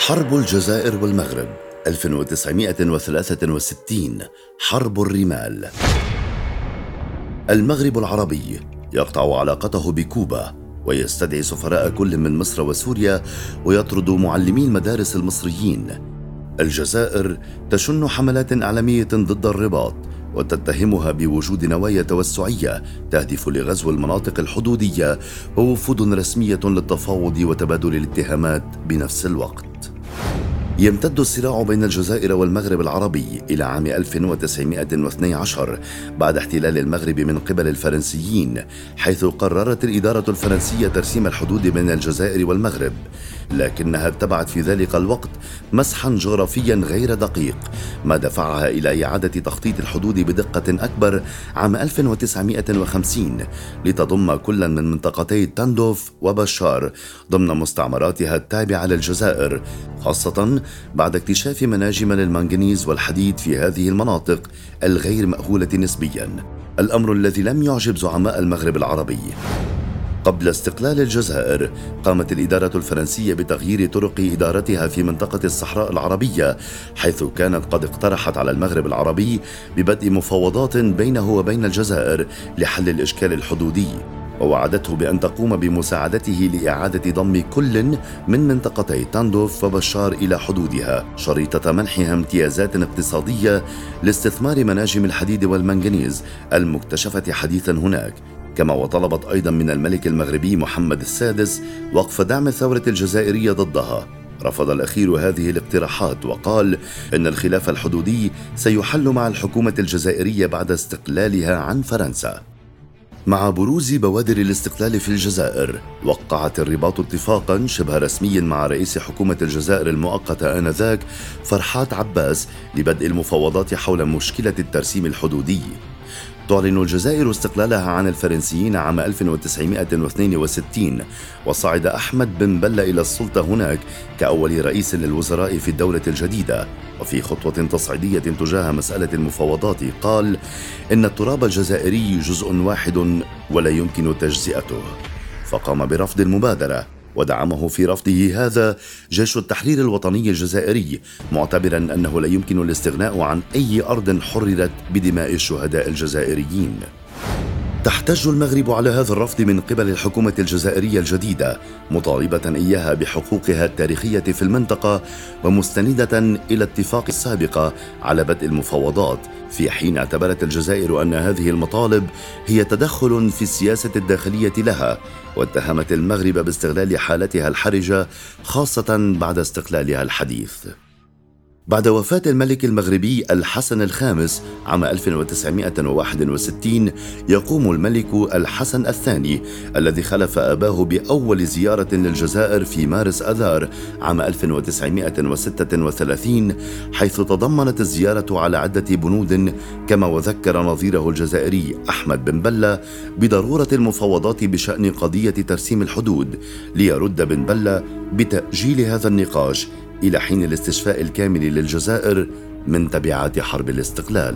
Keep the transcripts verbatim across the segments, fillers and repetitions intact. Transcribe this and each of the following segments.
حرب الجزائر والمغرب ألف وتسعمائة وثلاثة وستين. حرب الرمال. المغرب العربي يقطع علاقته بكوبا ويستدعي سفراء كل من مصر وسوريا ويطرد معلمي المدارس المصريين. الجزائر تشن حملات إعلامية ضد الرباط وتتهمها بوجود نوايا توسعية تهدف لغزو المناطق الحدودية ووفود رسمية للتفاوض وتبادل الاتهامات بنفس الوقت. يمتد الصراع بين الجزائر والمغرب العربي إلى عام ألف وتسعمائة واثني عشر بعد احتلال المغرب من قبل الفرنسيين، حيث قررت الإدارة الفرنسية ترسيم الحدود بين الجزائر والمغرب، لكنها اتبعت في ذلك الوقت مسحا جغرافيا غير دقيق، ما دفعها إلى إعادة تخطيط الحدود بدقة أكبر عام ألف وتسعمائة وخمسين لتضم كل من منطقتي تندوف وبشار ضمن مستعمراتها التابعة للجزائر، خاصة بعد اكتشاف مناجم للمنغنيز والحديد في هذه المناطق الغير مأهولة نسبيا، الأمر الذي لم يعجب زعماء المغرب العربي. قبل استقلال الجزائر قامت الإدارة الفرنسية بتغيير طرق إدارتها في منطقة الصحراء العربية، حيث كانت قد اقترحت على المغرب العربي ببدء مفاوضات بينه وبين الجزائر لحل الإشكال الحدودي، ووعدته بأن تقوم بمساعدته لإعادة ضم كل من منطقتي تندوف وبشار إلى حدودها، شريطة منحها امتيازات اقتصادية لاستثمار مناجم الحديد والمنغنيز المكتشفة حديثا هناك، كما وطلبت أيضا من الملك المغربي محمد السادس وقف دعم الثورة الجزائرية ضدها. رفض الأخير هذه الاقتراحات وقال إن الخلاف الحدودي سيحل مع الحكومة الجزائرية بعد استقلالها عن فرنسا. مع بروز بوادر الاستقلال في الجزائر، وقعت الرباط اتفاقا شبه رسميا مع رئيس حكومة الجزائر المؤقتة آنذاك فرحات عباس لبدء المفاوضات حول مشكلة الترسيم الحدودي. تعلن الجزائر استقلالها عن الفرنسيين عام ألف وتسعمائة واثنين وستين، وصعد أحمد بن بلة إلى السلطة هناك كأول رئيس للوزراء في الدولة الجديدة، وفي خطوة تصعيدية تجاه مسألة المفاوضات قال إن التراب الجزائري جزء واحد ولا يمكن تجزئته، فقام برفض المبادرة، ودعمه في رفضه هذا جيش التحرير الوطني الجزائري، معتبرا أنه لا يمكن الاستغناء عن أي أرض حررت بدماء الشهداء الجزائريين. تحتج المغرب على هذا الرفض من قبل الحكومة الجزائرية الجديدة، مطالبة إياها بحقوقها التاريخية في المنطقة ومستندة إلى اتفاق السابق على بدء المفاوضات، في حين اعتبرت الجزائر أن هذه المطالب هي تدخل في السياسة الداخلية لها، واتهمت المغرب باستغلال حالتها الحرجة خاصة بعد استقلالها الحديث. بعد وفاة الملك المغربي الحسن الخامس عام ألف وتسعمائة وواحد وستين، يقوم الملك الحسن الثاني الذي خلف أباه بأول زيارة للجزائر في مارس أذار عام ألف وتسعمائة وستة وثلاثين، حيث تضمنت الزيارة على عدة بنود، كما وذكر نظيره الجزائري أحمد بن بلة بضرورة المفاوضات بشأن قضية ترسيم الحدود، ليرد بن بلة بتأجيل هذا النقاش إلى حين الاستشفاء الكامل للجزائر من تبعات حرب الاستقلال.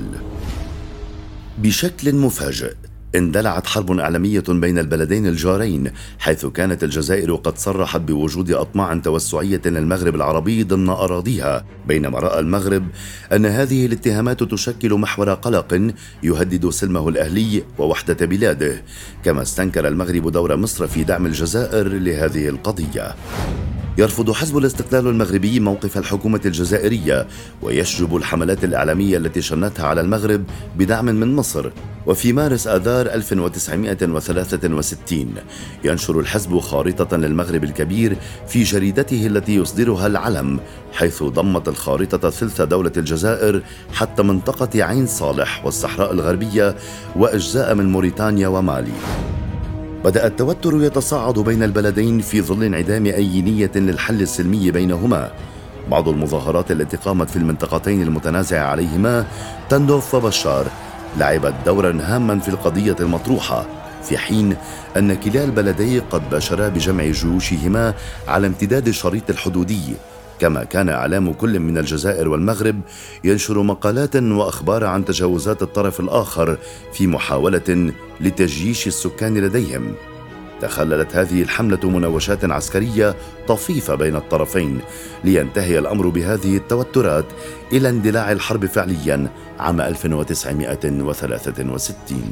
بشكل مفاجئ اندلعت حرب إعلامية بين البلدين الجارين، حيث كانت الجزائر قد صرحت بوجود أطماع توسعية للمغرب العربي ضمن أراضيها، بينما رأى المغرب أن هذه الاتهامات تشكل محور قلق يهدد سلمه الأهلي ووحدة بلاده، كما استنكر المغرب دور مصر في دعم الجزائر لهذه القضية. يرفض حزب الاستقلال المغربي موقف الحكومة الجزائرية ويشجب الحملات الإعلامية التي شنتها على المغرب بدعم من مصر. وفي مارس آذار ألف وتسعمائة وثلاثة وستين ينشر الحزب خارطة للمغرب الكبير في جريدته التي يصدرها العلم، حيث ضمت الخارطة ثلث دولة الجزائر حتى منطقة عين صالح والصحراء الغربية وأجزاء من موريتانيا ومالي. بدأ التوتر يتصاعد بين البلدين في ظل انعدام أي نية للحل السلمي بينهما. بعض المظاهرات التي قامت في المنطقتين المتنازع عليهما تندوف وبشار لعبت دورا هاما في القضية المطروحة، في حين أن كلا البلدين قد باشرا بجمع جيوشهما على امتداد الشريط الحدودي، كما كان إعلام كل من الجزائر والمغرب ينشر مقالات وأخبار عن تجاوزات الطرف الآخر في محاولة لتجييش السكان لديهم. تخللت هذه الحملة مناوشات عسكرية طفيفة بين الطرفين، لينتهي الأمر بهذه التوترات إلى اندلاع الحرب فعليا عام ألف وتسعمائة وثلاثة وستين.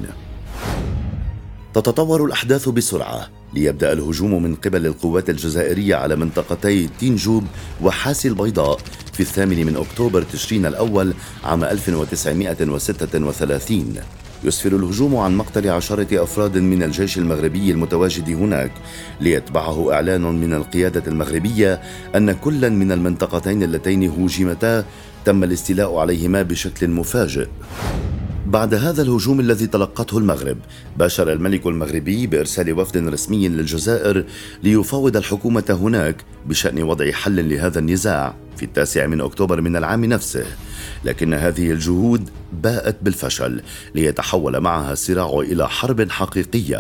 تتطور الأحداث بسرعة ليبدأ الهجوم من قبل القوات الجزائرية على منطقتي تينجوب وحاسي البيضاء في الثامن من أكتوبر تشرين الأول عام ألف وتسعمائة وستة وثلاثين. يسفر الهجوم عن مقتل عشرة أفراد من الجيش المغربي المتواجد هناك، ليتبعه إعلان من القيادة المغربية أن كلا من المنطقتين اللتين هوجمتا تم الاستيلاء عليهما بشكل مفاجئ. بعد هذا الهجوم الذي تلقته المغرب، باشر الملك المغربي بإرسال وفد رسمي للجزائر ليفاوض الحكومة هناك بشأن وضع حل لهذا النزاع في التاسع من أكتوبر من العام نفسه، لكن هذه الجهود باءت بالفشل ليتحول معها الصراع إلى حرب حقيقية.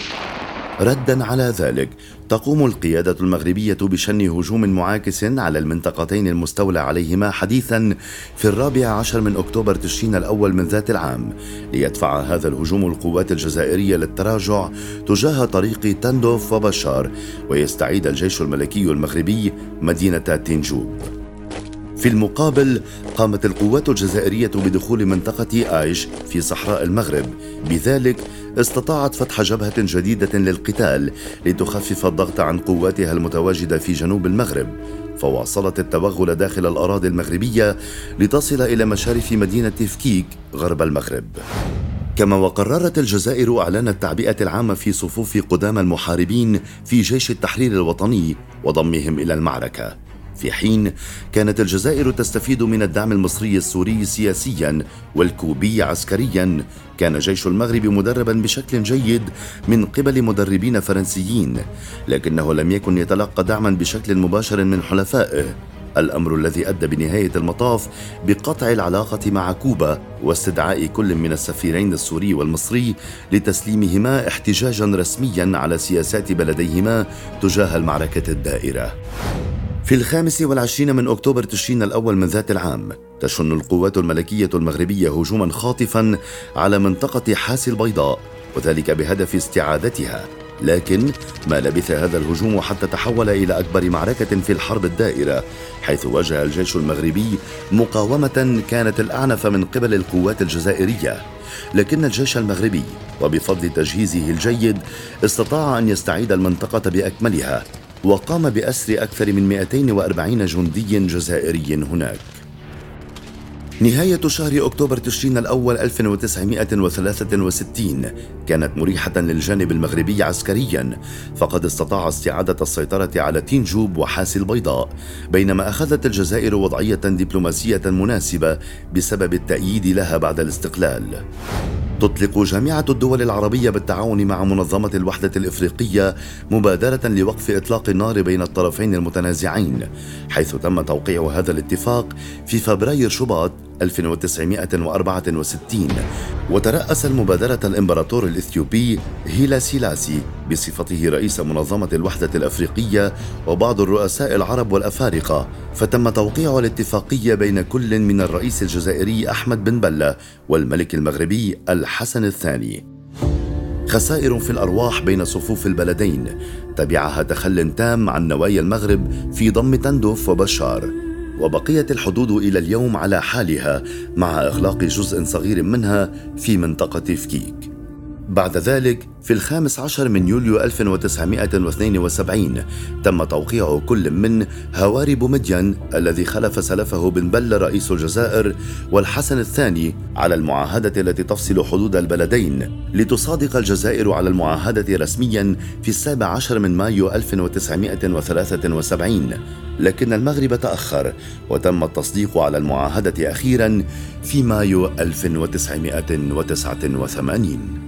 ردا على ذلك، تقوم القيادة المغربية بشن هجوم معاكس على المنطقتين المستولى عليهما حديثا في الرابع عشر من أكتوبر تشرين الأول من ذات العام، ليدفع هذا الهجوم القوات الجزائرية للتراجع تجاه طريق تندوف وبشار، ويستعيد الجيش الملكي المغربي مدينة تينجوب. في المقابل، قامت القوات الجزائرية بدخول منطقة آيش في صحراء المغرب، بذلك استطاعت فتح جبهة جديدة للقتال لتخفف الضغط عن قواتها المتواجدة في جنوب المغرب، فواصلت التوغل داخل الأراضي المغربية لتصل إلى مشارف مدينة فكيك غرب المغرب. كما وقررت الجزائر إعلان التعبئة العامة في صفوف قدام المحاربين في جيش التحرير الوطني وضمهم إلى المعركة، في حين كانت الجزائر تستفيد من الدعم المصري السوري سياسيا والكوبي عسكريا. كان جيش المغرب مدربا بشكل جيد من قبل مدربين فرنسيين، لكنه لم يكن يتلقى دعما بشكل مباشر من حلفائه، الأمر الذي أدى بنهاية المطاف بقطع العلاقة مع كوبا واستدعاء كل من السفيرين السوري والمصري لتسليمهما احتجاجا رسميا على سياسات بلديهما تجاه المعركة الدائرة. في الخامس والعشرين من أكتوبر تشرين الأول من ذات العام، تشن القوات الملكية المغربية هجوما خاطفا على منطقة حاسي البيضاء، وذلك بهدف استعادتها، لكن ما لبث هذا الهجوم حتى تحول إلى أكبر معركة في الحرب الدائرة، حيث واجه الجيش المغربي مقاومة كانت الأعنف من قبل القوات الجزائرية، لكن الجيش المغربي وبفضل تجهيزه الجيد استطاع أن يستعيد المنطقة بأكملها، وقام بأسر أكثر من مئتين وأربعين جندي جزائري هناك. نهاية شهر أكتوبر تشرين الأول ألف وتسعمائة وثلاثة وستين كانت مريحة للجانب المغربي عسكريا، فقد استطاع استعادة السيطرة على تينجوب وحاسي البيضاء، بينما أخذت الجزائر وضعية دبلوماسية مناسبة بسبب التأييد لها بعد الاستقلال. تطلق جامعة الدول العربية بالتعاون مع منظمة الوحدة الإفريقية مبادرة لوقف إطلاق النار بين الطرفين المتنازعين، حيث تم توقيع هذا الاتفاق في فبراير شباط ألف وتسعمائة وأربعة وستين، وترأس المبادرة الإمبراطور الإثيوبي هيلا سيلاسي بصفته رئيس منظمة الوحدة الأفريقية وبعض الرؤساء العرب والأفارقة، فتم توقيع الاتفاقية بين كل من الرئيس الجزائري أحمد بن بلة والملك المغربي الحسن الثاني. خسائر في الأرواح بين صفوف البلدين تبعها تخل تام عن نوايا المغرب في ضم تندوف وبشار، وبقيت الحدود إلى اليوم على حالها مع إغلاق جزء صغير منها في منطقة فكيك. بعد ذلك في الخامس عشر من يوليو ألف وتسعمائة واثنين وسبعين تم توقيع كل من هواري بومدين الذي خلف سلفه بن بلة رئيس الجزائر والحسن الثاني على المعاهدة التي تفصل حدود البلدين، لتصادق الجزائر على المعاهدة رسميا في السابع عشر من مايو ألف وتسعمائة وثلاثة وسبعين، لكن المغرب تأخر وتم التصديق على المعاهدة أخيرا في مايو ألف وتسعمائة وتسعة وثمانين.